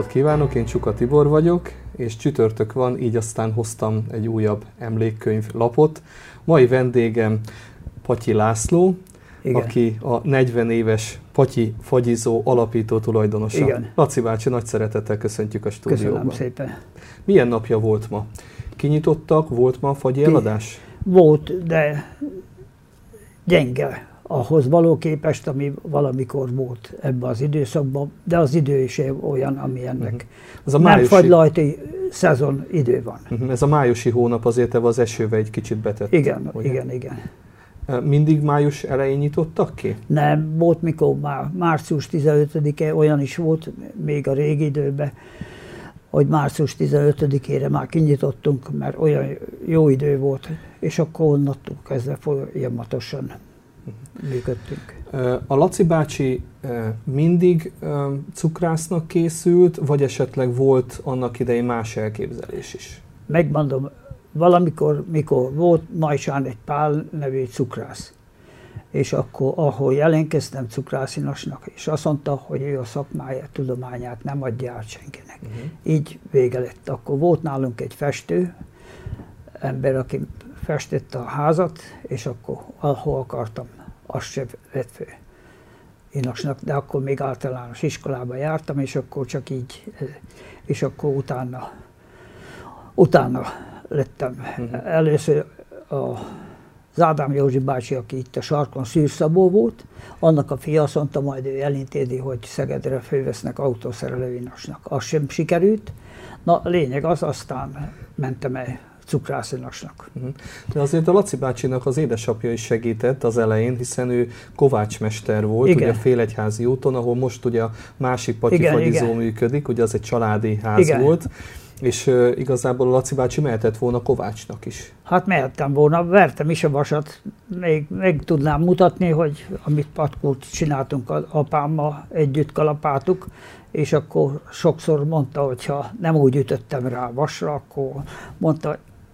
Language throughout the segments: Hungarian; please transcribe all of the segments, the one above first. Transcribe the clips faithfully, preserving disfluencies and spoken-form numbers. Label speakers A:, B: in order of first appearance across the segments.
A: kívánok, én Csuka Tibor vagyok, és csütörtök van, így aztán hoztam egy újabb emlékkönyv lapot. Mai vendégem Patyi László, igen, aki a negyven éves Patyi Fagyizó alapító tulajdonosa.
B: Igen.
A: Laci bácsi, nagy szeretettel köszöntjük a stúdióban.
B: Köszönöm szépen.
A: Milyen napja volt ma? Kinyitottak, volt ma fagyi eladás?
B: Volt, de gyenge ahhoz való képest, ami valamikor volt ebben az időszakban, de az idő is olyan, ami ennek uh-huh. Ez a májusi... nem fagylajti szezon idő van.
A: Uh-huh. Ez a májusi hónap azért ebben az esővel egy kicsit betett.
B: Igen,
A: ugye?
B: igen, igen.
A: Mindig május elején nyitottak ki?
B: Nem, volt mikor már március tizenötödike, olyan is volt még a régi időben, hogy március tizenötödikére már kinyitottunk, mert olyan jó idő volt, és akkor onnantól kezdve folyamatosan működtünk.
A: A Laci bácsi mindig cukrásznak készült, vagy esetleg volt annak idején más elképzelés is?
B: Megmondom, valamikor, mikor volt Majsán egy Pál nevű cukrász, és akkor, ahol jelentkeztem cukrászinasnak, és azt mondta, hogy ő a szakmáját, tudományát nem adja át senkinek. Uh-huh. Így vége lett. Akkor volt nálunk egy festő ember, aki festette a házat, és akkor ahol akartam, azt sem lett fő inasnak, de akkor még általános iskolába jártam, és akkor csak így, és akkor utána, utána lettem. Uh-huh. Először a az Ádám Józsi bácsi, aki itt a sarkon szűrszabó volt, annak a fia azt mondta, majd ő elintézi, hogy Szegedre fölvesznek autószerelőinasnak. Az sem sikerült. Na, lényeg az, aztán mentem el cukrászinasnak.
A: De azért a Laci bácsinak az édesapja is segített az elején, hiszen ő kovácsmester volt, igen, ugye a Félegyházi úton, ahol most ugye a másik Patyi Fagyizó működik, ugye az egy családi ház, igen, volt. És uh, igazából a Laci bácsi mehetett volna kovácsnak is.
B: Hát mehettem volna, vertem is a vasat, még meg tudnám mutatni, hogy amit patkót csináltunk az apámmal, együtt kalapáltuk, és akkor sokszor mondta, hogyha nem úgy ütöttem rá a vasra, akkor mondta,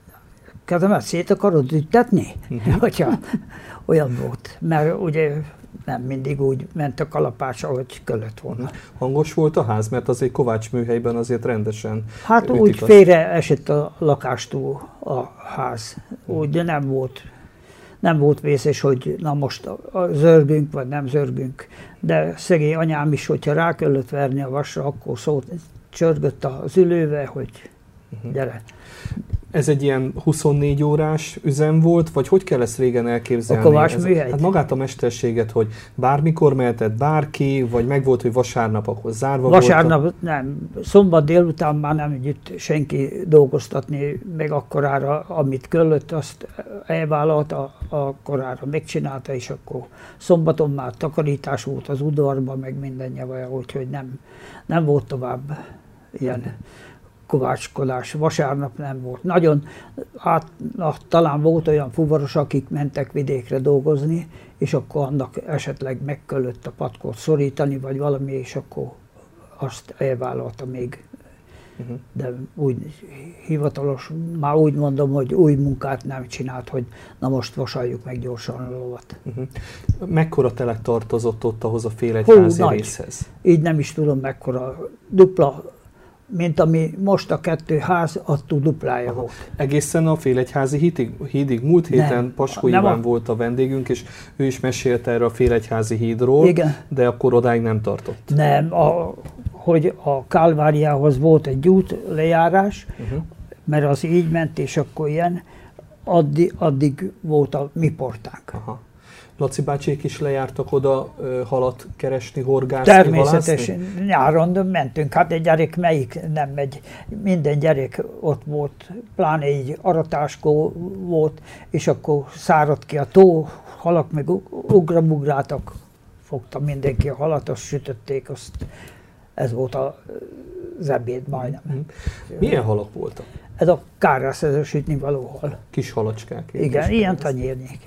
B: kezemet szét akarod ütetni? Uh-huh. Hogyha olyan volt, mert ugye nem mindig úgy ment a kalapács, ahogy kellett volna.
A: Hangos volt a ház, mert azért Kovács műhelyben azért rendesen
B: Hát úgy a... félre esett a lakástól a ház. Úgy nem volt, nem volt vészes, hogy na most zörgünk, vagy nem zörgünk. De szegény anyám is, hogyha rá kellett verni a vasra, akkor szólt, csörgött az ülővel, hogy gyere.
A: Ez egy ilyen huszonnégy órás üzem volt, vagy hogy kell ezt régen elképzelni?
B: A Kovács műhely?
A: Hát magát a mesterséget, hogy bármikor mehetett bárki, vagy meg volt, hogy vasárnap akkor zárva
B: vasárnap
A: volt?
B: Vasárnap nem. Szombat délután már nem együtt senki dolgoztatni, meg akkorára, amit kellett, azt elvállalta, akkorára megcsinálta, és akkor szombaton már takarítás volt az udvarban, meg minden nyavaja, úgyhogy nem, nem volt tovább ilyen kovácskodás. Vasárnap nem volt. Nagyon, hát, na, talán volt olyan fuvaros, akik mentek vidékre dolgozni, és akkor annak esetleg meg kellett a patkót szorítani, vagy valami, és akkor azt elvállalta még. Uh-huh. De úgy hivatalos, már úgy mondom, hogy új munkát nem csinált, hogy na most vasaljuk meg gyorsan a lovat.
A: Uh-huh. Mekkora telek tartozott ott ahhoz a Félegyházi
B: Hú,
A: részhez?
B: Így nem is tudom mekkora. Dupla, mint ami most a kettő ház, attól duplája
A: Aha.
B: volt.
A: Egészen a Félegyházi hídig, hídig múlt héten Paskó Iván a... volt a vendégünk, és ő is mesélte erre a Félegyházi hídról, igen, de akkor odáig nem tartott.
B: Nem, a, hogy a Kálváriához volt egy út lejárás, uh-huh. mert az így ment, és akkor ilyen, addig, addig volt a mi portánk. Aha.
A: Laci bácsék is lejártak oda ö, halat keresni, horgászni,
B: természetesen, halászni? Nyáron mentünk, hát egy gyerek melyik nem megy, minden gyerek ott volt, pláne így aratáskor volt, és akkor száradt ki a tó, halak meg ugrabugráltak, fogta mindenki a halat, azt sütötték, azt, ez volt az ebéd majdnem.
A: Milyen halak voltak?
B: Ez a kárrászező sütni való hal.
A: Kis halacskák.
B: Igen, ilyen tanyérnyék.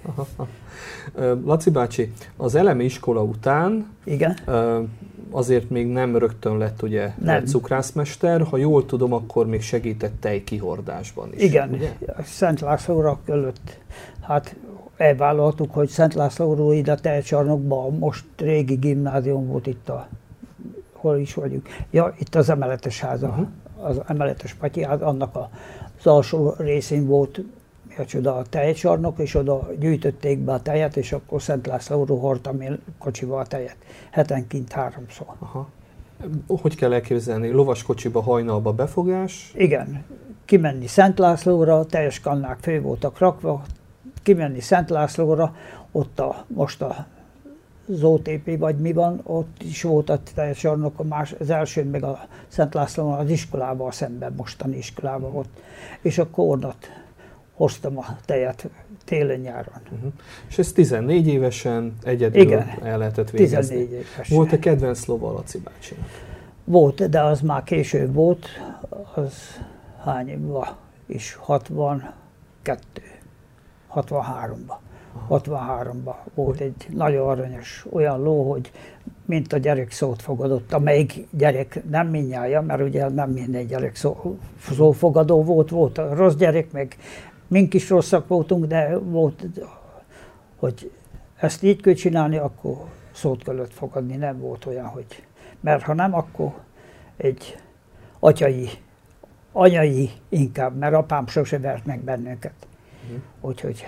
A: Laci bácsi, az elemi iskola után
B: igen,
A: azért még nem rögtön lett ugye nem. cukrászmester, ha jól tudom, akkor még segített tejkihordásban is.
B: Igen,
A: ugye?
B: Szent Lászlóra kellett, hát elvállaltuk, hogy Szent Lászlóról ide a tejcsarnokban, most régi gimnázium volt itt a hol is vagyunk. Ja, itt az emeletes háza, uh-huh. az emeletes Patyi ház, annak az alsó részén volt oda a tejcsarnok, és oda gyűjtötték be a tejet, és akkor Szent Lászlóról hordtam én kocsiba a tejet. Hetenként háromszor.
A: Aha. Hogy kell elképzelni? Lovas kocsiba hajnalba befogás?
B: Igen. Kimenni Szent Lászlóra, teljes kannák fő voltak rakva, kimenni Szent Lászlóra, ott a, most a az o té pé vagy mi van, ott is volt a tejcsarnok, az első meg a Szent Lászlóra, az iskolával szemben, mostani iskolával ott. És akkor onnan hoztam a tejet télen-nyáron.
A: Uh-huh. És ez tizennégy évesen egyedül Igen, el lehetett végezni.
B: tizennégy évesen.
A: Volt-e kedvenc lova a Laci bácsinak?
B: Volt, de az már később volt, az hány évben is, hatvankettő, hatvanháromban. hatvanháromban volt egy nagyon aranyos olyan ló, hogy mint a gyerek szót fogadott, amelyik gyerek nem mindnyája, mert ugye nem minden gyerek szó, szófogadó volt, volt a rossz gyerek, meg mink is rosszak voltunk, de volt, hogy ezt így kell csinálni, akkor szót kellett fogadni, nem volt olyan, hogy, mert ha nem, akkor egy atyai, anyai inkább, mert apám sose vert meg bennünket. Uh-huh. Úgyhogy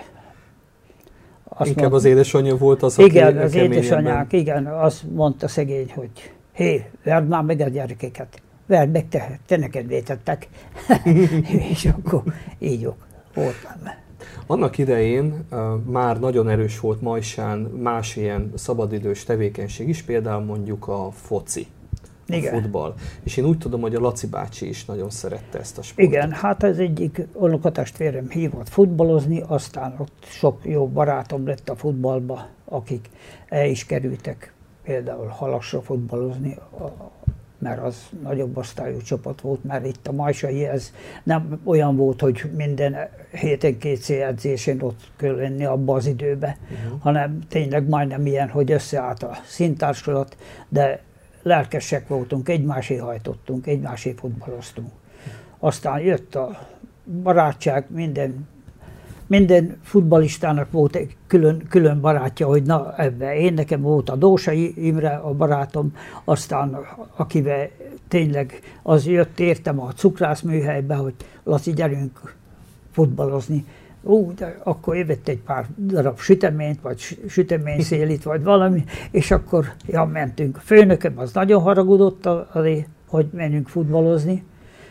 A: Azt Inkább mondta, az édesanyja volt az, aki
B: igen, az édesanyák, igen, azt mondta szegény, hogy hé, verd már meg a gyerekeket, verd meg, te, te neked vétettek. És akkor így voltam.
A: Annak idején uh, már nagyon erős volt Majsán más ilyen szabadidős tevékenység is, például mondjuk a foci, a igen. futball. És én úgy tudom, hogy a Laci bácsi is nagyon szerette ezt a sportot.
B: Igen, hát ez egyik unokatestvérem hívott futballozni, aztán ott sok jó barátom lett a futballba, akik el is kerültek például Halasra futballozni, mert az nagyobb osztályú csapat volt, mert itt a majsai ez nem olyan volt, hogy minden héten kétszer edzésen ott kell lenni abba az időbe, uh-huh. hanem tényleg majdnem ilyen, hogy összeállt a színtársulat, de lelkesek voltunk, egymásé hajtottunk, egymásé futballoztunk. Aztán jött a barátság, minden, minden futballistának volt egy külön, külön barátja, hogy na ebben én nekem volt a Dósai Imre, a barátom, aztán akivel tényleg az jött, értem a cukrászműhelybe, hogy Laci, gyerünk futballozni. Ú, de akkor évett egy pár darab süteményt, vagy süteményszélit, vagy valami, és akkor ja, mentünk. A főnököm az nagyon haragudott, azért, hogy menjünk futballozni.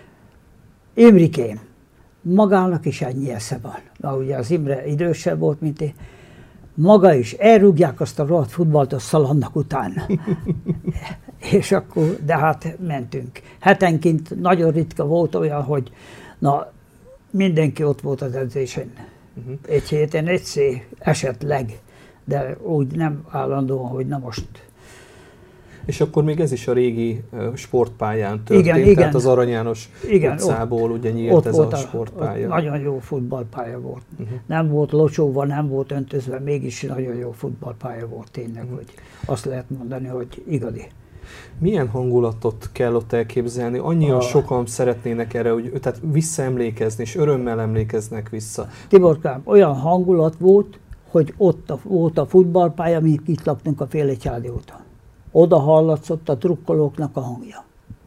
B: Imrikém, magának is ennyi esze van. Na, ugye az Imre idősebb volt, mint én. Maga is elrúgják azt a rohadt futballt a szalannak utána. És akkor, de hát mentünk. Hetenként nagyon ritka volt olyan, hogy na, mindenki ott volt az edzésen. Uh-huh. Egy héten egyszer esetleg, de úgy nem állandóan, hogy na most.
A: És akkor még ez is a régi uh, sportpályán történt, igen, tehát igen. az Arany János igen, utcából ott, ugye nyílt ez a sportpálya.
B: Nagyon jó futballpálya volt. Uh-huh. Nem volt locsóva, nem volt öntözve, mégis nagyon jó futballpálya volt tényleg, uh-huh. hogy azt lehet mondani, hogy igazi.
A: Milyen hangulatot kell ott elképzelni? Annyian a... sokan szeretnének erre, hogy tehát visszaemlékezni, és örömmel emlékeznek vissza.
B: Tiborkám, olyan hangulat volt, hogy ott a, volt a futballpálya, mint itt laktunk a Félegyhádi úton. Oda hallatszott a drukkolóknak a hangja.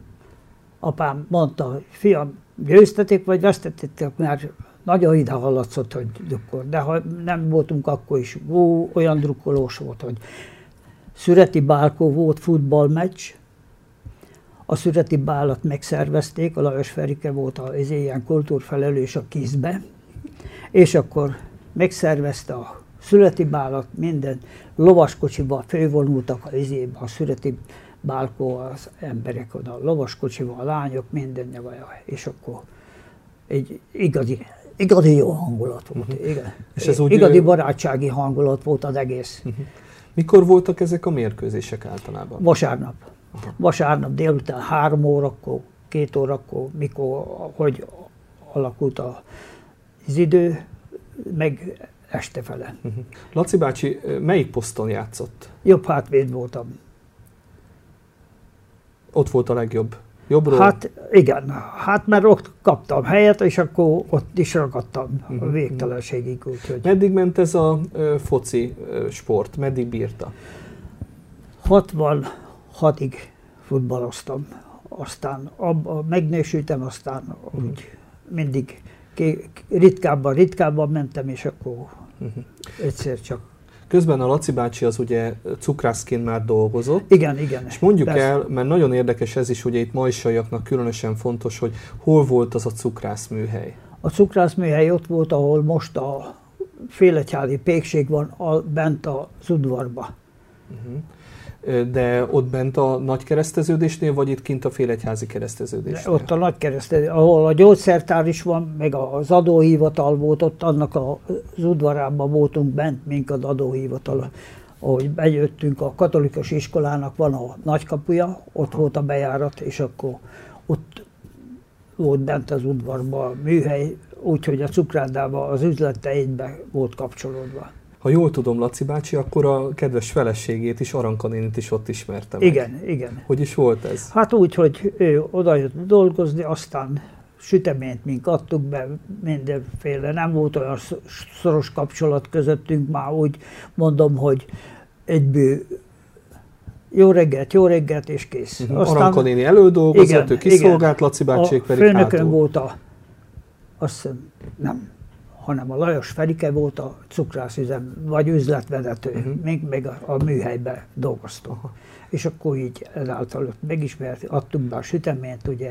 B: Apám mondta, hogy fiam, győztetek vagy vesztettek, mert nagyon ide hallatszott, hogy drukkol. De ha nem voltunk, akkor is ó, olyan drukkolós volt, hogy Szüreti Bálkó volt futballmeccs, a Szüreti Bálat megszervezték, a Lajos Ferike volt az ilyen kultúrfelelős a kézbe, és akkor megszervezte a Szüreti Bálat, minden lovaskocsival fővonultak az izébe, a Szüreti Bálkó, az emberek oda, lovaskocsival, a lányok, minden nyavaja, és akkor egy igazi, igazi jó hangulat volt, uh-huh. igen. És ez igazi úgy, barátsági hangulat volt az egész. Uh-huh.
A: Mikor voltak ezek a mérkőzések általában?
B: Vasárnap. Aha. Vasárnap délután három órakor, két órakor, mikor, hogy alakult az idő, meg este fele.
A: Uh-huh. Laci bácsi melyik poszton játszott?
B: Jobb hátvéd voltam.
A: Ott volt a legjobb? Jobbról?
B: Hát igen, hát mert ott kaptam helyet, és akkor ott is ragadtam uh-huh. a végtelenségig. Úgyhogy...
A: Meddig ment ez a uh, foci uh, sport? Meddig bírta?
B: hatvanhatig futballoztam. Aztán abba megnősültem, aztán uh-huh. úgy mindig ritkábban, ritkábban mentem, és akkor uh-huh. egyszer csak.
A: Közben a Laci bácsi az ugye cukrászként már dolgozott.
B: Igen, igen.
A: És mondjuk persze. el, mert nagyon érdekes ez is, ugye itt majsaiaknak különösen fontos, hogy hol volt az a cukrászműhely?
B: A cukrászműhely ott volt, ahol most a Félegyházi pékség van a, bent az udvarba.
A: Uh-huh. De ott bent a Nagykereszteződésnél, vagy itt kint a Félegyházi kereszteződésnél?
B: Ott a Nagykereszteződés, ahol a gyógyszertár is van, meg az adóhivatal volt, ott annak az udvarában voltunk bent, mink az adóhivatal. Ahogy bejöttünk, a katolikus iskolának van a nagykapuja, ott volt a bejárat, és akkor ott volt bent az udvarban a műhely, úgyhogy a cukrádában az üzlete egybe volt kapcsolódva.
A: Ha jól tudom, Laci bácsi, akkor a kedves feleségét is, Aranka nénit is ott ismerte meg.
B: Igen, igen.
A: Hogy is volt ez?
B: Hát úgy, hogy ő oda jött dolgozni, aztán süteményt mink adtuk be, mindenféle. Nem volt olyan szoros kapcsolat közöttünk, már úgy mondom, hogy egyből jó reggelt, jó reggelt, és kész.
A: Uh-huh. Aztán, Aranka néni elődolgozott, igen, ő kiszolgált, Laci bácsék pedig hátul. A
B: főnökön volt a, azt hiszem, nem, hanem a Lajos Ferike volt a cukrászüzem, vagy üzletvezető, uh-huh. még, még a, a műhelyben dolgoztunk. Uh-huh. És akkor így ezáltal ott megismert, adtuk be a süteményt, ugye,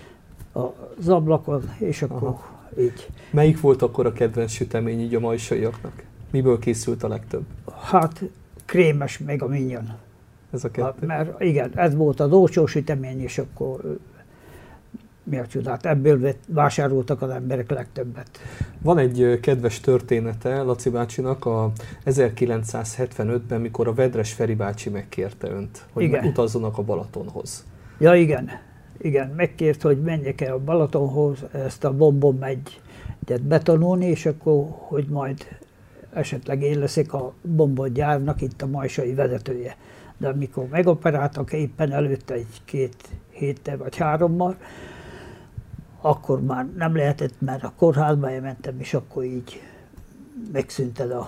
B: az ablakon, és akkor uh-huh. így.
A: Melyik volt akkor a kedvenc sütemény így a majsaiaknak? Miből készült a legtöbb?
B: Hát krémes, meg a mignon.
A: Ez a kettő?
B: Mert igen, ez volt az olcsó sütemény, és akkor mi a csodát, ebből vett, vásároltak az emberek legtöbbet.
A: Van egy kedves története Laci bácsinak a ezerkilencszázhetvenötben, mikor a Vedres Feri bácsi megkérte önt, hogy igen. utazzanak a Balatonhoz.
B: Ja igen, igen, megkért, hogy menjek el a Balatonhoz, ezt a bombon megy betonolni, és akkor, hogy majd esetleg én leszek a bombongyárnak itt a majsai vezetője. De amikor megoperáltak éppen előtte egy-két héttel vagy hárommal, akkor már nem lehetett, mert a kórházba mentem, és akkor így megszűnt ez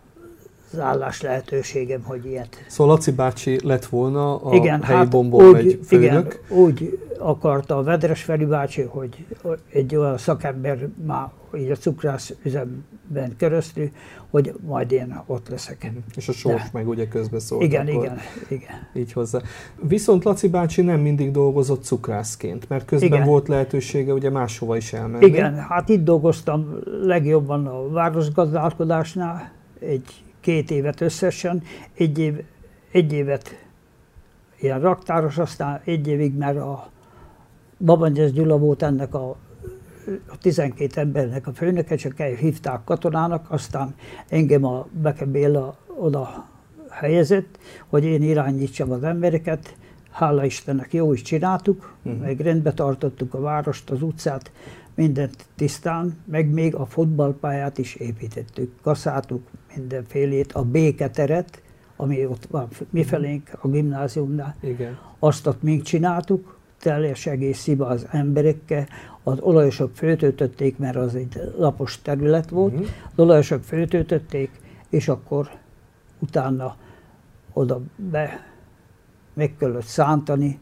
B: az állás lehetőségem, hogy ilyet.
A: Szóval Laci bácsi lett volna a
B: igen,
A: helyi
B: hát
A: bombonmegy főnök?
B: Igen, úgy akarta a Vedres Feri bácsi, hogy egy olyan szakember már így a cukrász üzemben keresztül, hogy majd én ott leszek.
A: És a sors De. meg ugye közbeszólt.
B: Igen, igen, igen.
A: Így hozzá. Viszont Laci bácsi nem mindig dolgozott cukrászként, mert közben igen. volt lehetősége ugye máshova is elmenni.
B: Igen, hát itt dolgoztam legjobban a városgazdálkodásnál, egy két évet összesen, egy, év, egy évet ilyen raktáros, aztán egy évig, mert a Babangyes Gyula volt ennek a a tizenkét embernek a főnöke, csak elhívták katonának, aztán engem a Beke Béla oda helyezett, hogy én irányítsam az embereket. Hála Istennek, jó is csináltuk, uh-huh. meg rendbe tartottuk a várost, az utcát, mindent tisztán, meg még a futballpályát is építettük, kaszáltuk mindenfélét, a béketeret, ami ott van mifelénk a gimnáziumnál,
A: igen.
B: azt ott még csináltuk, teljes egész sziba az emberekkel, az olajosok föltöltötték, mert az egy lapos terület volt, uh-huh. az olajosok föltöltötték, és akkor utána oda be meg kellett szántani,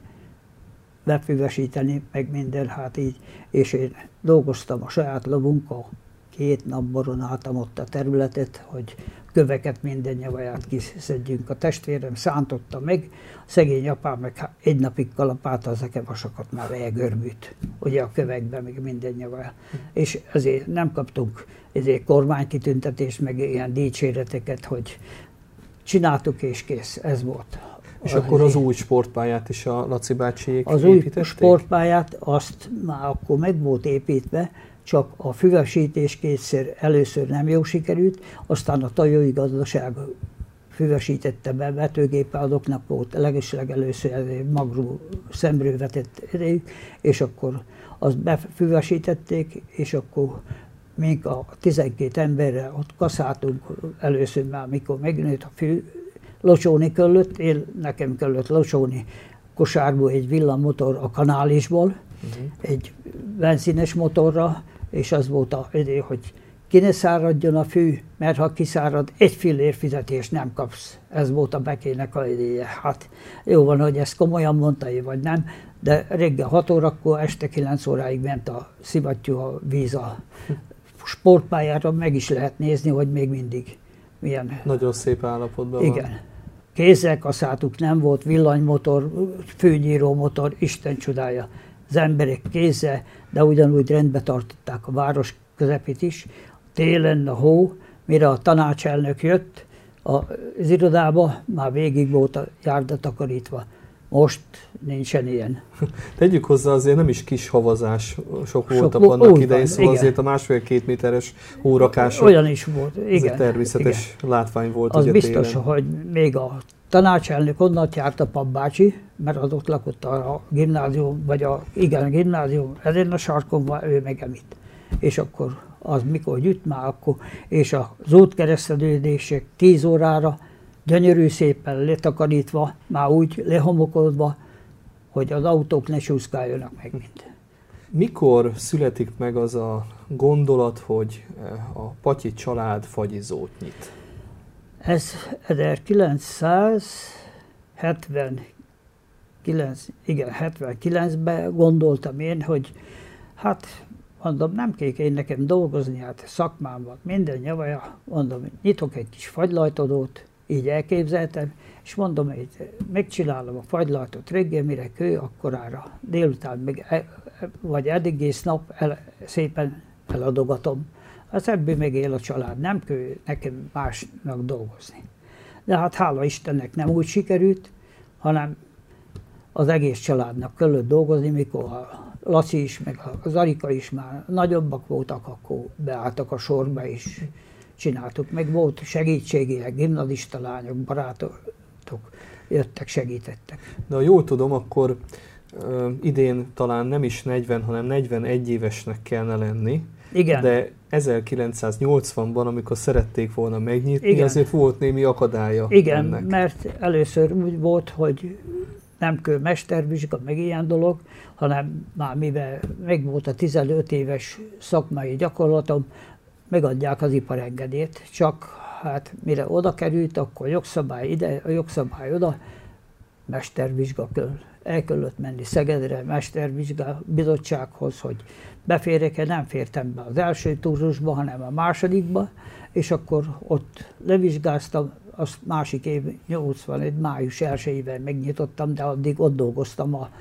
B: befüvesíteni, meg minden, hát így, és én dolgoztam a saját lovunkkal, két nap boronáltam ott a területet, hogy köveket, minden nyavaját kiszedjünk. A testvérem szántotta meg, a szegény apám meg egy napig kalapálta az ekevasokat, már elgörmült, ugye a kövekben, meg minden nyavaját. És ezért nem kaptunk ezért kormánykitüntetést, meg ilyen dicséreteket, hogy csináltuk és kész, ez volt.
A: És az akkor az új sportpályát is a Laci bácsiék
B: Az
A: építették?
B: új sportpályát, azt már akkor meg volt építve, csak a füvesítés kétszer először nem jó sikerült, aztán a Tajói Gazdaság füvesítette be, vetőgéppel adoknak volt legesleg először magrú szemrővetett erejük, és akkor azt befüvesítették, és akkor mink a tizenkét emberrel ott kaszáltunk először már, mikor megnőtt a fű, locsolni kellett, én nekem kellett locsolni kosárból egy villammotor a kanálisból, uh-huh. egy benzines motorra, és az volt a, hogy ki ne száradjon a fű, mert ha kiszárad, egy fillér fizetést nem kapsz. Ez volt a Bekének a ideje. Hát jó van, hogy ezt komolyan mondta, vagy nem, de reggel hat órakor, este kilenc óráig ment a szivattyú, a víz a sportpályára, meg is lehet nézni, hogy még mindig milyen.
A: Nagyon szép állapotban
B: igen. van. Igen. Kézzel kaszáltuk, nem volt villanymotor, fűnyíró motor, Isten csodája. Az emberek kézzel, de ugyanúgy rendbe tartották a város közepét is. Télen a hó, mire a tanácselnök jött az irodába, már végig volt a járda takarítva. Most nincsen ilyen.
A: Tegyük hozzá, azért nem is kis havazás sok voltak annak idején, szóval igen. azért a másfél-két méteres hórakások.
B: Olyan is volt, igen.
A: Ez természetes igen. látvány volt.
B: Az
A: ugye
B: biztos,
A: télen.
B: hogy még a tanácselnök onnan járt a papbácsi, mert az ott lakott a gimnázium, vagy a igen, a gimnázium, ezen a sarkon van, ő meg emit. És akkor az mikor gyűjt már akkor, és az útkeresztelődések tíz órára gyönyörű szépen letakarítva, már úgy lehomokodva, hogy az autók ne csúszkáljanak meg mind.
A: Mikor születik meg az a gondolat, hogy a Patyi család fagyizót nyit?
B: Ez ezerkilencszázhetvenkilenc, igen, hetvenkilencben gondoltam én, hogy hát mondom, nem kell én nekem dolgozni, hát szakmám van, minden javaja, mondom, nyitok egy kis fagylajtodót, így elképzeltem, és mondom, hogy megcsinálom a fagylajtot reggel, mire kő, akkorára, délután, meg, vagy egész nap el, szépen eladogatom. Az ebből megél a család, nem kell nekem másnak dolgozni. De hát hála Istennek nem úgy sikerült, hanem az egész családnak kellett dolgozni, mikor a Laci is, meg a Zarika is már nagyobbak voltak, akkor beálltak a sorba és csináltuk. Meg volt segítségére, gimnazista lányok, barátok jöttek, segítettek.
A: De ha jól tudom, akkor ö, idén talán nem is negyven, hanem negyvenegy évesnek kellene lenni.
B: Igen.
A: De ezerkilencszáznyolcvanban, amikor szerették volna megnyitni,
B: igen.
A: azért volt némi akadálya
B: igen,
A: ennek.
B: mert először úgy volt, hogy nem kell mestervizsga, meg ilyen dolog, hanem már mivel meg volt a tizenöt éves szakmai gyakorlatom, megadják az iparengedélyt, csak hát mire oda került, akkor jogszabály ide, a jogszabály oda, mestervizsga kell. El kellett menni Szegedre, mestervizsga bizottsághoz, hogy beférjek-e, nem fértem be az első túrusba, hanem a másodikba, és akkor ott levizsgáztam, azt másik év, nyolcvanegy május elsejében megnyitottam, de addig ott dolgoztam a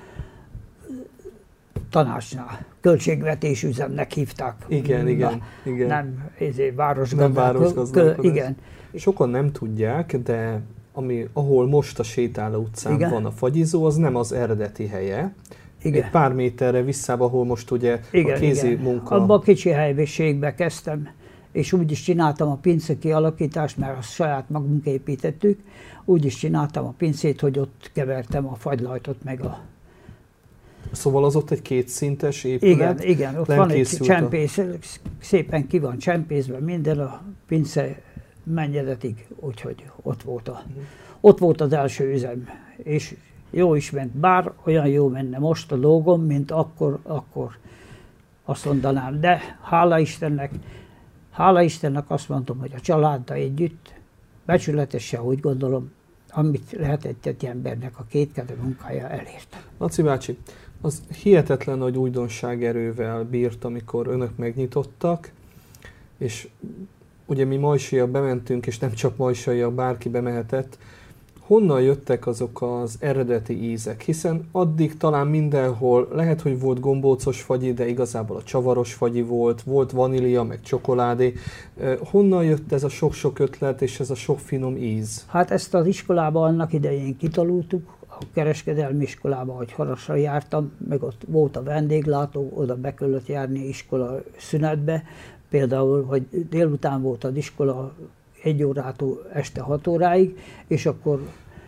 B: tanácsnál. Költségvetésüzemnek hívták.
A: Igen,
B: Na,
A: igen, igen.
B: Nem, ezért városgazdálkodás.
A: Nem városgazdálkodás.
B: Igen.
A: Sokan nem tudják, de ami, ahol most a Sétáló utcán igen. van a fagyizó, az nem az eredeti helye. Igen. Egy pár méterre visszább, ahol most ugye igen, a kézi igen. munka...
B: Abban a kicsi helységbe kezdtem, és úgy is csináltam a pince kialakítást, mert azt saját magunk építettük, úgy is csináltam a pincét, hogy ott kevertem a fagylajtot meg a...
A: Szóval az ott egy kétszintes épület?
B: Igen, igen, ott van egy csempész, a... szépen ki van csempészve minden a pince mennyezetig, úgyhogy ott volt, a, uh-huh. ott volt az első üzem, és jó is ment, bár olyan jó menne most a dolgom, mint akkor, akkor azt mondanám, de hála Istennek, hála Istennek azt mondom, hogy a családdal együtt, becsületesen úgy gondolom, amit lehetett egy embernek a kétkedő munkája elért.
A: Laci bácsi, az hihetetlen nagy újdonságerővel bírt, amikor önök megnyitottak, és ugye mi majsiak bementünk, és nem csak majsiak, bárki bemehetett. Honnan jöttek azok az eredeti ízek? Hiszen addig talán mindenhol, lehet, hogy volt gombócos fagyi, de igazából a csavaros fagyi volt, volt vanília, meg csokoládé. Honnan jött ez a sok-sok ötlet, és ez a sok finom íz?
B: Hát ezt az iskolában annak idején kitalultuk, a kereskedelmi iskolában, hogy Harasra jártam, meg ott volt a vendéglátó, oda be kellett járni iskola szünetbe. Például, hogy délután volt az iskola egy órától este hat óráig, és akkor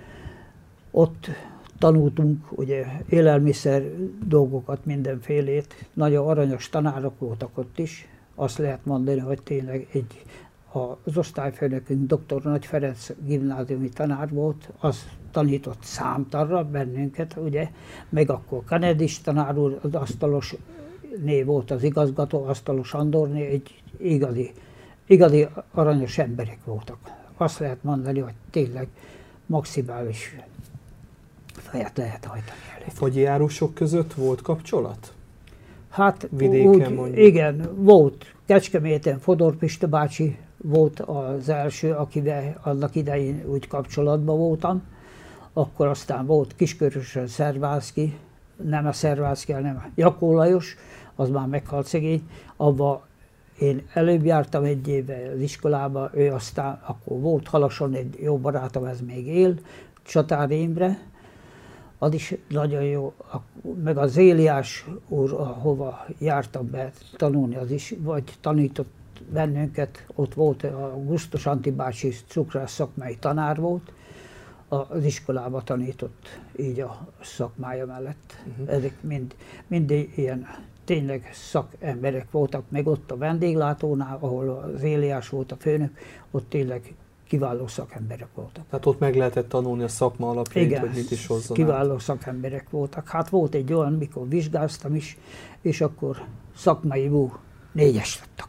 B: ott tanultunk ugye élelmiszer dolgokat, mindenfélét. Nagyon aranyos tanárok voltak ott is. Azt lehet mondani, hogy tényleg egy, az osztályfőnökünk dr. Nagy Ferenc gimnáziumi tanár volt, az tanított számtanra bennünket, ugye, meg akkor Kanedis tanár úr, az asztalos név volt az igazgató, Asztalos Andorné, egy igazi igazi aranyos emberek voltak. Azt lehet mondani, hogy tényleg maximális fejet lehet hajtani elő.
A: A fagyi árusok között volt kapcsolat?
B: Hát
A: vidéken
B: úgy, igen, volt. Kecskeméten Fodor Pista bácsi volt az első, akivel annak idején úgy kapcsolatban voltam. Akkor aztán volt Kiskörösön Szervászki, nem a Szervászki, hanem a Jakó Lajos, az már meghalt szegény. Abba én előbb jártam egy évvel az iskolába, ő aztán akkor volt Halason egy jó barátom, ez még él, Csatár Imre, az is nagyon jó, meg az Éliás úr, ahova jártam be tanulni, az is, vagy tanított bennünket, ott volt a Gusztus Anti bácsi cukrász szakmai tanár volt, az iskolába tanított így a szakmája mellett. Uh-huh. Ezek mind, mind ilyen tényleg szakemberek voltak, meg ott a vendéglátónál, ahol az Éliás volt a főnök, ott tényleg kiváló szakemberek voltak.
A: Tehát ott meg lehetett tanulni a szakma alapjait,
B: igen,
A: hogy mit is hozzon
B: kiváló
A: át.
B: szakemberek voltak. Hát volt egy olyan, mikor vizsgáztam is, és akkor szakmaiból négyes lettek.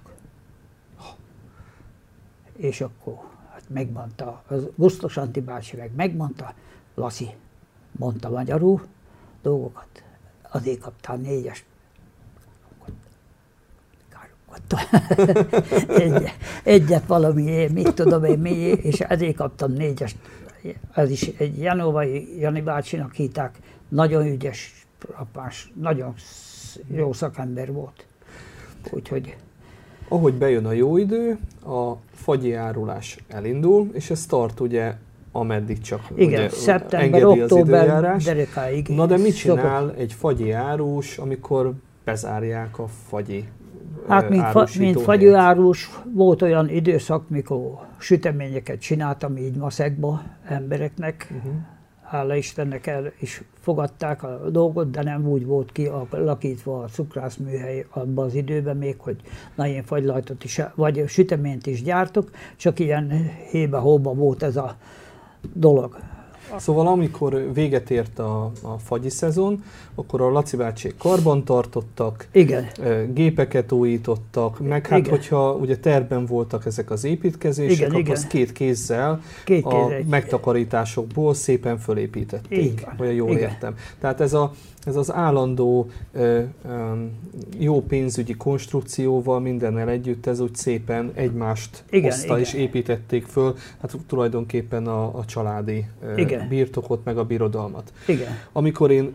B: És akkor hát megmondta, az Gusztus Anti bácsi meg megmondta, Laci, mondta magyarul dolgokat, azért kaptál négyest. Egy, egyet valami, mit tudom én mi, és ezért kaptam négyest. Ez is egy Janovai Jani bácsinak hívták, nagyon ügyes apás, nagyon jó szakember volt. Úgyhogy...
A: Ahogy bejön a jó idő, a fagyi árulás elindul, és ez tart ugye, ameddig csak
B: igen,
A: ugye,
B: szeptember,
A: engedi az
B: október,
A: időjárás.
B: derekáig.
A: Na de mit csinál szokott egy fagyi árus, amikor bezárják a fagyi
B: Hát, mint, fa, mint fagyőárus, volt olyan időszak, mikor süteményeket csináltam így maszekba embereknek. Uh-huh. Hála Istennek el is fogadták a dolgot, de nem úgy volt kialakítva a cukrászműhely abban az időben még, hogy na én fagylajtot is, vagy süteményt is gyártok, csak ilyen hébe-hóba volt ez a dolog.
A: Szóval amikor véget ért a, a fagyi szezon, akkor a Laci bácsék karban tartottak,
B: igen.
A: Gépeket újítottak, meg hát
B: igen.
A: hogyha ugye tervben voltak ezek az építkezések,
B: igen,
A: akkor
B: igen.
A: azt két kézzel
B: két
A: a
B: kéz
A: megtakarításokból szépen fölépítették, vagy jól igen. értem. Tehát ez, a, ez az állandó ö, ö, jó pénzügyi konstrukcióval mindennel együtt, ez úgy szépen egymást
B: igen,
A: hozta
B: igen.
A: és építették föl, hát tulajdonképpen a, a családi ö, birtokot, meg a birodalmat.
B: Igen.
A: Amikor én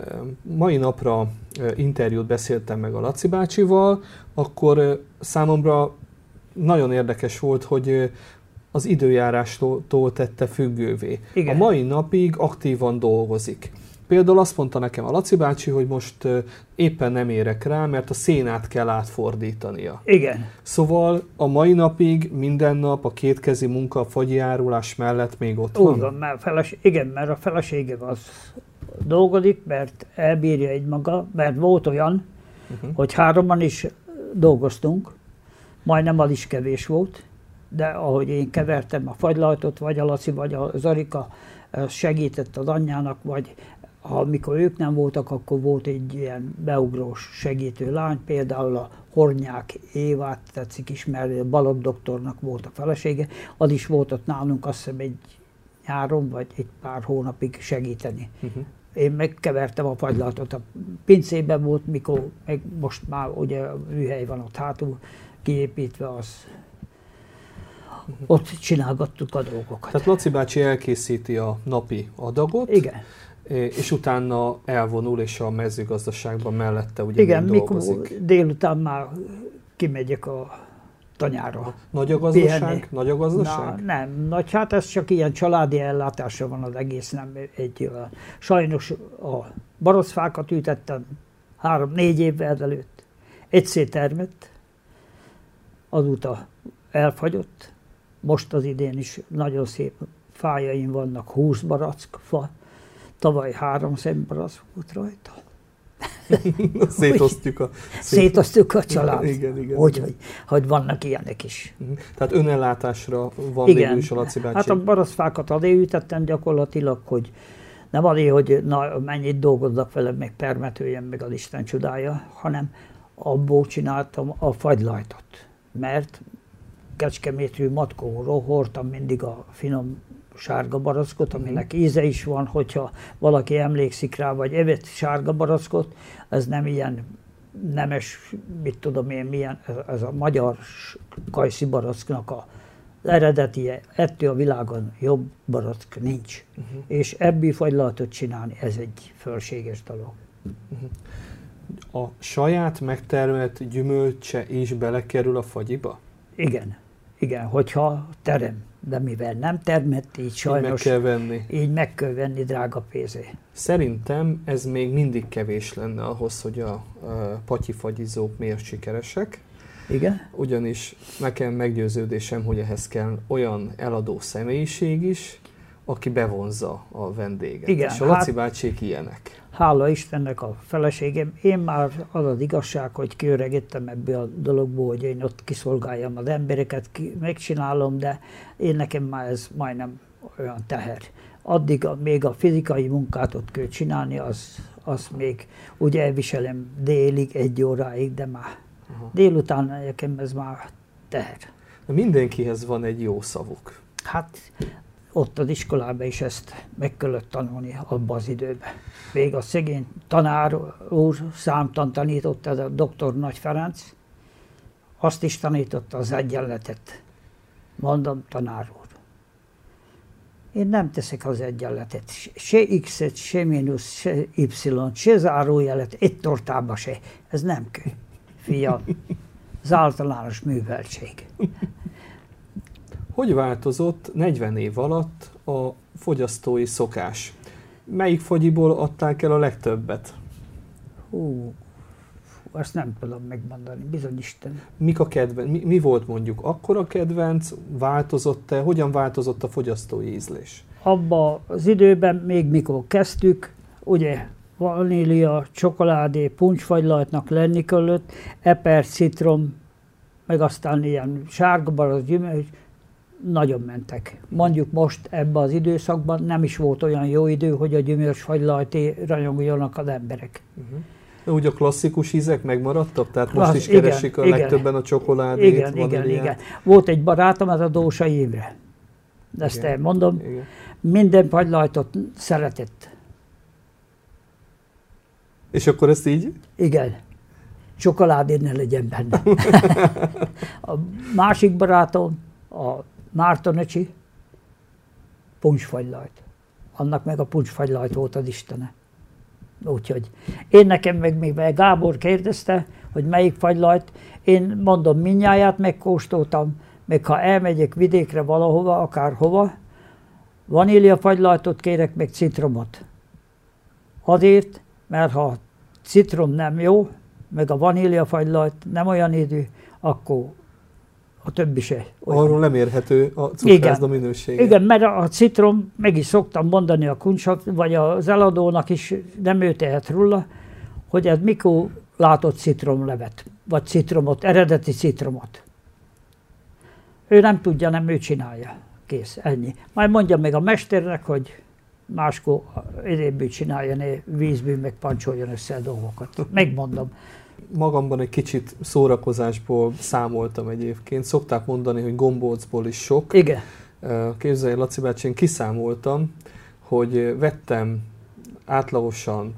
A: mai napra interjút beszéltem meg a Laci bácsival, akkor számomra nagyon érdekes volt, hogy az időjárástól tette függővé. Igen. A mai napig aktívan dolgozik. Például azt mondta nekem a Laci bácsi, hogy most éppen nem érek rá, mert a szénát kell átfordítania.
B: Igen.
A: Szóval a mai napig minden nap a kétkezi munka a fagyi árulás mellett még ott van?
B: Úgy van, mert feles, igen, mert a felesége az dolgozik, mert elbírja egy maga, mert volt olyan, uh-huh. hogy hároman is dolgoztunk, majdnem az is kevés volt, de ahogy én kevertem a fagylajtot, vagy a Laci, vagy a Zarika segített az anyjának, vagy amikor ők nem voltak, akkor volt egy ilyen beugrós segítő lány, például a Hornyák Évát tetszik ismerni, a Balogh doktornak volt a felesége, az is volt ott nálunk azt hiszem egy nyáron, vagy egy pár hónapig segíteni. Uh-huh. Én megkevertem a fagylatot, a pincében volt, mikor, meg most már ugye a műhely van ott hátul kiépítve, az uh-huh. ott csinálgattuk a dolgokat.
A: Tehát Laci bácsi elkészíti a napi adagot,
B: igen.
A: és utána elvonul, és a mezőgazdaságban mellette ugye
B: igen,
A: dolgozik.
B: mikor délután már kimegyek a tanyára.
A: Nagy a gazdaság? Nagy a gazdaság?
B: Na, nem, nagy, hát ez csak ilyen családi ellátásra van az egész, nem egy olyan. Sajnos a barocfákat ültettem három-négy évvel ezelőtt. Egyszer termett, azóta elfagyott. Most az idén is nagyon szép fájaim vannak, húsz barack fa. Tavaly három szembarack volt rajta.
A: Szétosztjuk a...
B: Szétosztjuk a család.
A: Igen, igen.
B: Hogy, hogy, hogy vannak ilyenek is.
A: Tehát önellátásra van
B: igen.
A: végül is a Laci bácsi.
B: Hát a baraszfákat azért ütettem gyakorlatilag, hogy nem azért, hogy na, mennyit dolgozzak vele, meg permetőjen, meg az Isten csodája, hanem abból csináltam a fagylajtot. Mert Kecskemétről Matkóról hordtam mindig a finom sárga barackot, aminek íze is van, hogyha valaki emlékszik rá, vagy evett sárga barackot, ez nem ilyen nemes, mit tudom én, milyen, ez a magyar kajszi baracknak a eredetie, ettől a világon jobb barack nincs. Uh-huh. És ebből fagylaltot csinálni, ez egy fölséges dolog.
A: Uh-huh. A saját megtermelt gyümölcse is belekerül a fagyiba?
B: Igen, igen, hogyha terem. De mivel nem termett, így sajnos
A: így meg kell venni,
B: így meg kell venni drága pénzé.
A: Szerintem ez még mindig kevés lenne ahhoz, hogy a, a patyifagyizók miért sikeresek.
B: Igen?
A: Ugyanis nekem meggyőződésem, hogy ehhez kell olyan eladó személyiség is, aki bevonza a vendéget.
B: Igen,
A: és a Laci hát, bácsék ilyenek.
B: Hála Istennek a feleségem. Én már az az igazság, hogy kiöregettem ebből a dologból, hogy én ott kiszolgáljam az embereket, ki, megcsinálom, de én nekem már ez majdnem olyan teher. Addig a, még a fizikai munkát ott kell csinálni, az, az még úgy elviselem délig, egy óráig, de már aha. Délután nekem ez már teher.
A: De mindenkihez van egy jó szavuk.
B: Hát ott az iskolában is ezt meg kellett tanulni abban az időben. Még a szegény tanár úr számtan tanította, ez a doktor Nagy Ferenc, azt is tanította az egyenletet. Mondom, tanár úr, én nem teszek az egyenletet, se x-et, se mínusz, se y-t, se zárójelet, egy tortába se. Ez nem kell, fiam. Az általános műveltség.
A: Hogy változott negyven év alatt a fogyasztói szokás? Melyik fagyiból adták el a legtöbbet?
B: Hú, azt nem tudom megmondani, bizony Isten.
A: Mik a kedven- mi, mi volt mondjuk akkor a kedvenc? Változott-e? Hogyan változott a fogyasztói ízlés?
B: Abban az időben, még mikor kezdtük, ugye vanília, csokoládé, puncsfagylajtnak lenni kellett, eper, citrom, meg aztán ilyen sárga barack, gyümölcs, nagyon mentek. Mondjuk most ebben az időszakban nem is volt olyan jó idő, hogy a gyümölcsfagylajté rajongjanak az emberek.
A: Uh-huh. Úgy a klasszikus ízek megmaradtak? Tehát most is
B: igen,
A: keresik a
B: igen,
A: legtöbben a csokoládét,
B: igen, igen, igen. Volt egy barátom, az a Dósa Imre. De ezt igen, elmondom. Igen. Minden fagylajtot szeretett.
A: És akkor ezt így?
B: Igen. Csokoládé ne legyen benne. A másik barátom, a Márton öcsi, puncsfagylajt. Annak meg a puncsfagylajt volt az istene. Úgyhogy én nekem meg még Gábor kérdezte, hogy melyik fagylajt, én mondom, mindnyáját megkóstoltam, meg ha elmegyek vidékre valahova, akárhova, vaníliafagylajtot kérek, meg citromot. Azért, mert ha citrom nem jó, meg a vaníliafagylajt nem olyan édű, akkor a többi se. Olyan.
A: Arról nem érhető a cukrászda minősége.
B: Igen, mert a citrom, meg is szoktam mondani a kuncsot, vagy az eladónak is, nem ő tehet róla, hogy ez mikor látott citromlevet, vagy citromot, eredeti citromot. Ő nem tudja, nem ő csinálja. Kész, ennyi. Majd mondja meg a mesternek, hogy máskor idéből csináljon, vízből meg pancsoljon össze a dolgokat. Megmondom.
A: Magamban egy kicsit szórakozásból számoltam egyébként. Szokták mondani, hogy gombócból is sok.
B: Igen.
A: Képzelj, Laci bácsi, én kiszámoltam, hogy vettem átlagosan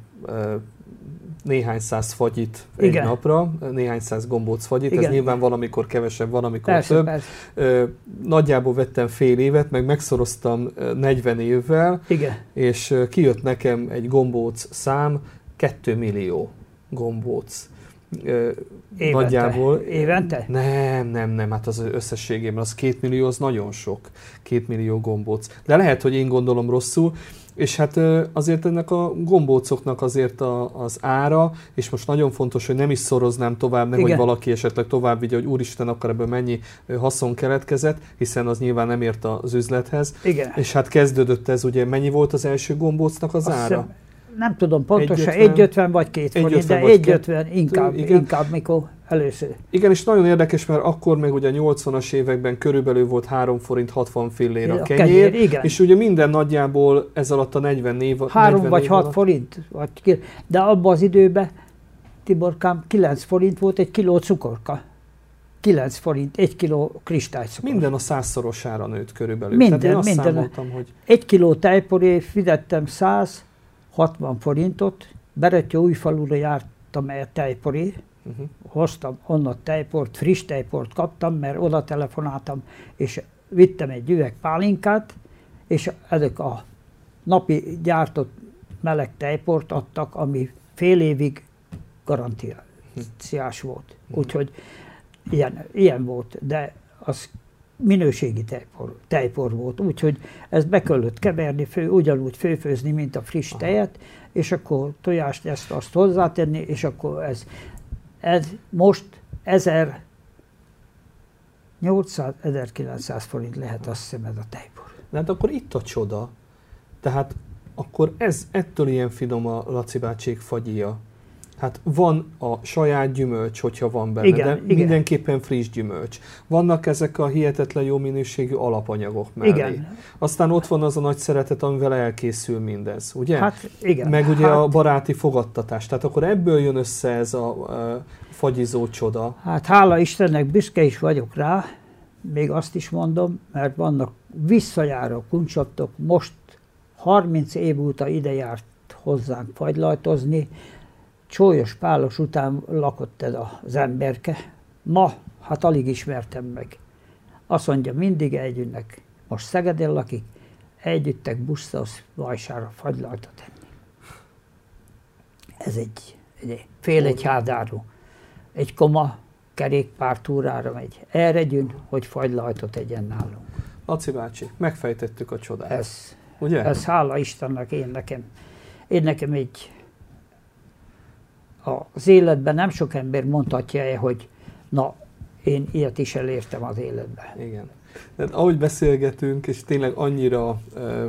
A: néhány száz fagyit egy igen, napra, néhány száz gombóc fagyit, igen, ez nyilván valamikor kevesebb, valamikor persze, több. Persze. Nagyjából vettem fél évet, meg megszoroztam negyven évvel, igen, és kijött nekem egy gombóc szám, két millió gombóc.
B: Évente.
A: Nagyjából.
B: Évente?
A: Nem, nem, nem, hát az összességében az két millió, az nagyon sok. Két millió gombóc. De lehet, hogy én gondolom rosszul, és hát azért ennek a gombócoknak azért a, az ára, és most nagyon fontos, hogy nem is szoroznám tovább, nehogy igen, valaki esetleg tovább vigye, hogy úristen, akkor ebből mennyi haszon keletkezett, hiszen az nyilván nem ért az üzlethez. Igen. És hát kezdődött ez, ugye, mennyi volt az első gombócnak az
B: azt
A: ára?
B: Hiszem, nem tudom pontosan, egy ötven vagy két forint, de egy ötven inkább, inkább, mikor először.
A: Igen, és nagyon érdekes, mert akkor még ugye a nyolcvanas években körülbelül volt három forint hatvan fillér a kenyér, kenyér és ugye minden nagyjából ez alatt a negyven év
B: három vagy hat forint, vagy, de abban az időben, Tiborkám, kilenc forint volt egy kiló cukorka. kilenc forint, egy kiló kristálycukor.
A: Minden a százszorosára nőtt körülbelül.
B: Minden,
A: Tehát én azt
B: minden.
A: számoltam, hogy...
B: Egy kiló tejporé fizettem száz hatvan forintot, Berettyóújfalura jártam el tejporé, uh-huh. hoztam onnan tejport, friss tejport kaptam, mert oda telefonáltam, és vittem egy üveg pálinkát, és ezek a napi gyártott meleg tejport adtak, ami fél évig garanciás volt. Úgyhogy ilyen, ilyen volt, de az minőségi tejpor, tejpor volt, úgyhogy ezt be kellett keverni, fő, ugyanúgy főfőzni, mint a friss Aha. tejet, és akkor tojást ezt azt hozzátenni, és akkor ez, ez most ezernyolcszáz-ezerkilencszáz forint lehet, azt hiszem, ez a tejpor.
A: De hát akkor itt a csoda. Tehát akkor ez, ettől ilyen finom a Laci bácsék fagyia. Hát van a saját gyümölcs, hogyha van benne, igen, de igen. mindenképpen friss gyümölcs. Vannak ezek a hihetetlen jó minőségű alapanyagok mellé. Igen. Aztán ott van az a nagy szeretet, amivel elkészül mindez, ugye?
B: Hát igen.
A: Meg ugye
B: hát,
A: a baráti fogadtatás. Tehát akkor ebből jön össze ez a, a fagyizó csoda.
B: Hát hála Istennek büszke is vagyok rá, még azt is mondom, mert vannak visszajáró kuncsottok, most harminc év óta ide járt hozzánk fagylajtozni, Csólyos Pálos után lakott ez az emberke. Ma, hát alig ismertem meg. Azt mondja, mindig eljönnek. Most Szegeden lakik, együttek busszal Vajsára fagylajtot enni. Ez egy, egy fél egy házáról. Egy koma kerékpártúrára megy. Erre gyűn, hogy fagylajtot egyen nálunk.
A: Laci bácsi, megfejtettük a csodát.
B: Ez,
A: ugye?
B: Ez hála Istennek, én nekem, én nekem egy az életben nem sok ember mondhatja, hogy na, én ilyet is elértem az életben.
A: Igen. De ahogy beszélgetünk, és tényleg annyira uh,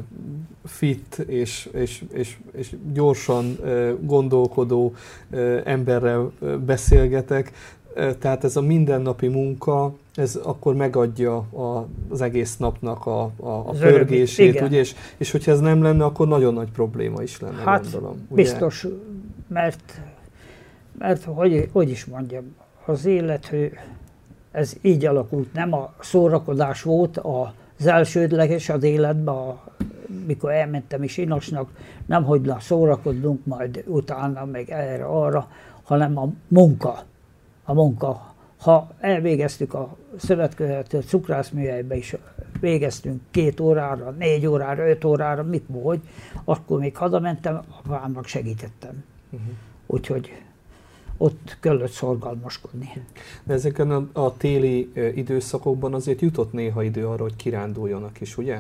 A: fit és, és, és, és gyorsan uh, gondolkodó uh, emberrel uh, beszélgetek, uh, tehát ez a mindennapi munka, ez akkor megadja a, az egész napnak a, a, a pörgését, ugye? És, és hogyha ez nem lenne, akkor nagyon nagy probléma is lenne,
B: hát,
A: gondolom. Ugye?
B: Biztos, mert Mert, hogy, hogy is mondjam, az élet, ez így alakult, nem a szórakozás volt az elsődleges az életben, a, mikor elmentem is Inosnak, nem hogy na, szórakozzunk majd utána, meg erre, arra, hanem a munka. A munka. Ha elvégeztük a szövetkezeti cukrászműhelybe is, végeztünk két órára, négy órára, öt órára, mit volt, akkor még hazamentem, apámnak segítettem. Uh-huh. Úgyhogy ott kellett szorgalmaskodni.
A: De ezeken a, a téli időszakokban azért jutott néha idő arra, hogy kiránduljanak is, ugye?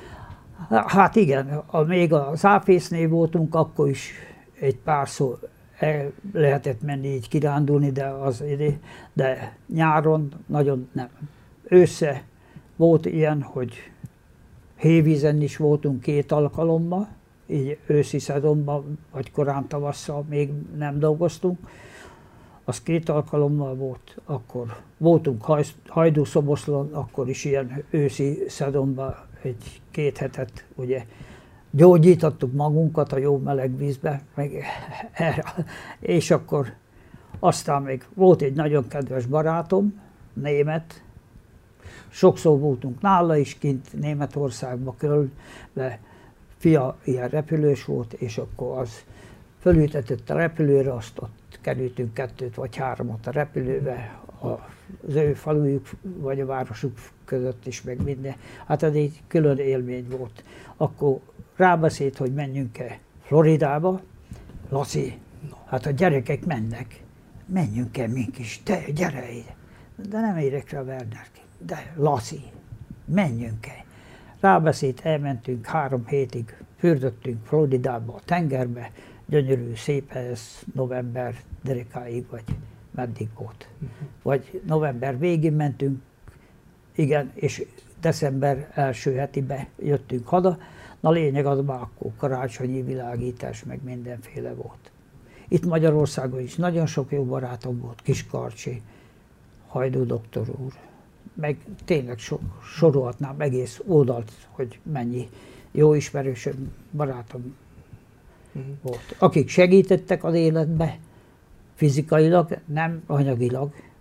B: Hát igen, a, még a Záfésznél voltunk, akkor is egy párszor el lehetett menni így kirándulni, de, az, de nyáron nagyon nem. Össze volt ilyen, hogy hévízen is voltunk két alkalommal, így őszi szezonban, vagy korán tavasszal még nem dolgoztunk. Az két alkalommal volt, akkor voltunk Hajdúszoboszlón, akkor is ilyen őszi szezonban egy két hetet, ugye, gyógyítottuk magunkat a jó meleg vízbe, meg erre. És akkor aztán még volt egy nagyon kedves barátom, német, sokszor voltunk nála is kint Németországba, Kölnbe, fia ilyen repülős volt, és akkor az fölültetett a repülőre, azt ott kerültünk kettőt vagy hármat a repülőbe, az ő falujuk vagy a városuk között is, meg minden. Hát ez egy külön élmény volt. Akkor rábeszélt, hogy menjünk-e Floridába. Laci, hát a gyerekek mennek, menjünk-e mink is, te gyere ide. De nem érek rá, Werner, de Laci, menjünk-e. Rábeszélt, elmentünk három hétig, fürdöttünk Floridába, a tengerbe, gyönyörű, szép ez november derekáig, vagy meddig volt. Uh-huh. Vagy november végén mentünk, igen, és december első hetibe jöttünk haza. Na lényeg az már akkor karácsonyi világítás, meg mindenféle volt. Itt Magyarországon is nagyon sok jó barátom volt, Kiskarcsi, Hajdú doktor úr, meg tényleg so, sorolhatnám egész oldalt, hogy mennyi jó ismerősöm, barátom uh-huh. volt. Akik segítettek az életbe, fizikailag, nem anyagilag,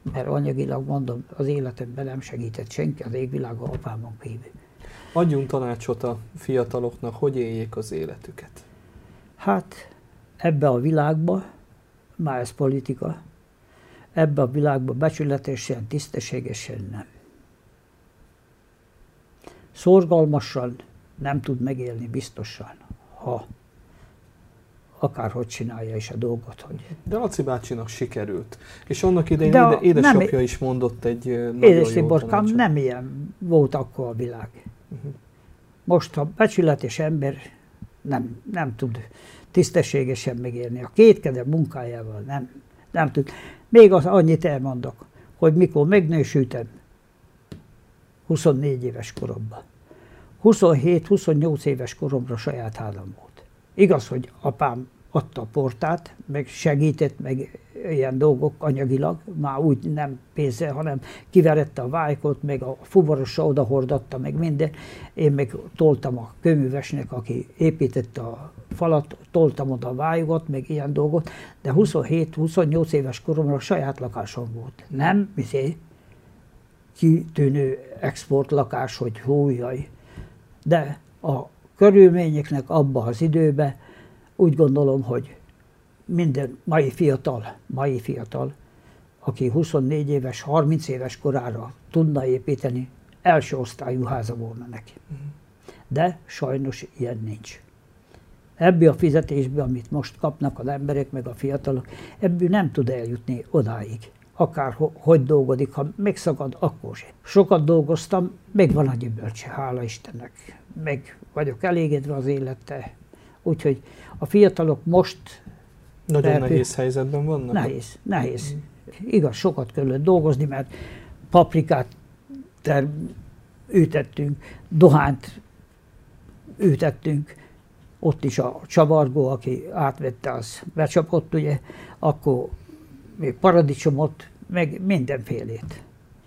B: mert anyagilag mondom, az életemben nem segített senki, az égvilágon apámon kívül.
A: Adjunk tanácsot a fiataloknak, hogy éljék az életüket.
B: Hát ebbe a világba, már ez politika, ebbe a világba becsületesen, tisztességesen nem. Szorgalmasan nem tud megélni biztosan, ha akárhogy csinálja is a dolgot. Hogy...
A: De Laci bácsinak sikerült. És annak idején éde, édesapja nem, is mondott egy nagyon jó tanácsot.
B: Nem ilyen volt akkor a világ. Uh-huh. Most a becsületes ember nem, nem tud tisztességesen megélni. A kétkedő munkájával nem, nem tud. Még az annyit elmondok, hogy mikor megnősültem huszonnégy éves koromban, huszonhét-huszonnyolc éves koromra saját házam volt. Igaz, hogy apám adta a portát, meg segített, meg ilyen dolgok anyagilag, már úgy nem pénzzel, hanem kiverette a vájkot, meg a fuvarosra odahordatta, meg minden. Én meg toltam a kőművesnek, aki építette a falat, toltam oda a vájokat, meg ilyen dolgot, de huszonhét-huszonnyolc éves koromra saját lakásom volt. Nem, mizé, kitűnő exportlakás, hogy hújjaj. De a körülményeknek abban az időben úgy gondolom, hogy minden mai fiatal, mai fiatal, aki huszonnégy éves, harminc éves korára tudna építeni, első osztályú háza volna neki. De sajnos ilyen nincs. Ebből a fizetésből, amit most kapnak az emberek, meg a fiatalok, ebből nem tud eljutni odáig. Akár hogy dolgodik, ha megszakad, akkor sem. Sokat dolgoztam, meg van a gyümölcse, hála Istennek. Meg vagyok elégedve az élettel. Úgyhogy a fiatalok most...
A: Nagyon lehet, nehéz helyzetben vannak?
B: Nehéz, nehéz. Mm. Igaz, sokat kellett dolgozni, mert paprikát ter- ültettünk, dohányt ültettünk, ott is a csavargó, aki átvette, az becsapott, ugye, akkor még paradicsomot, meg mindenfélét.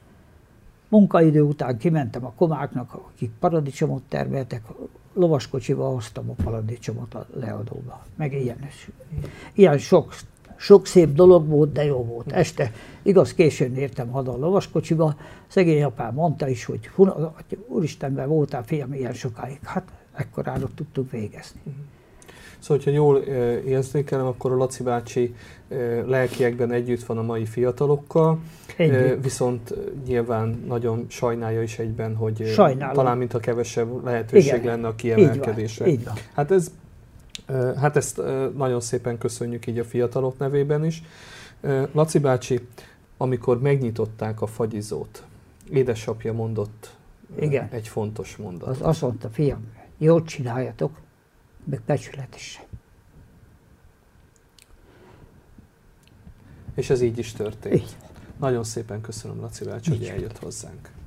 B: Munkaidő után kimentem a komáknak, akik paradicsomot termeltek, lovaskocsival hoztam a paradicsomot a leadóba, meg ilyen. Ilyen sok, sok szép dolog volt, de jó volt. Este, igaz, későn értem haza a lovaskocsiba, szegény apám mondta is, hogy úristenben voltál fiam ilyen sokáig. Hát ekkorára tudtuk végezni.
A: Szóval, hogyha jól érzékelem, akkor a Laci bácsi lelkiekben együtt van a mai fiatalokkal, együtt. Viszont nyilván nagyon sajnálja is egyben, hogy Sajnálom. talán mintha kevesebb lehetőség Igen. lenne a kiemelkedésre.
B: Így van. Így van.
A: Hát, ez, hát ezt nagyon szépen köszönjük így a fiatalok nevében is. Laci bácsi, amikor megnyitották a fagyizót, édesapja mondott Igen. egy fontos mondatot.
B: Az azt mondta, fiam, jót csináljatok, meg becsületesen.
A: És ez így is történt.
B: Így.
A: Nagyon szépen köszönöm, Laci bácsi, hogy eljött hozzánk.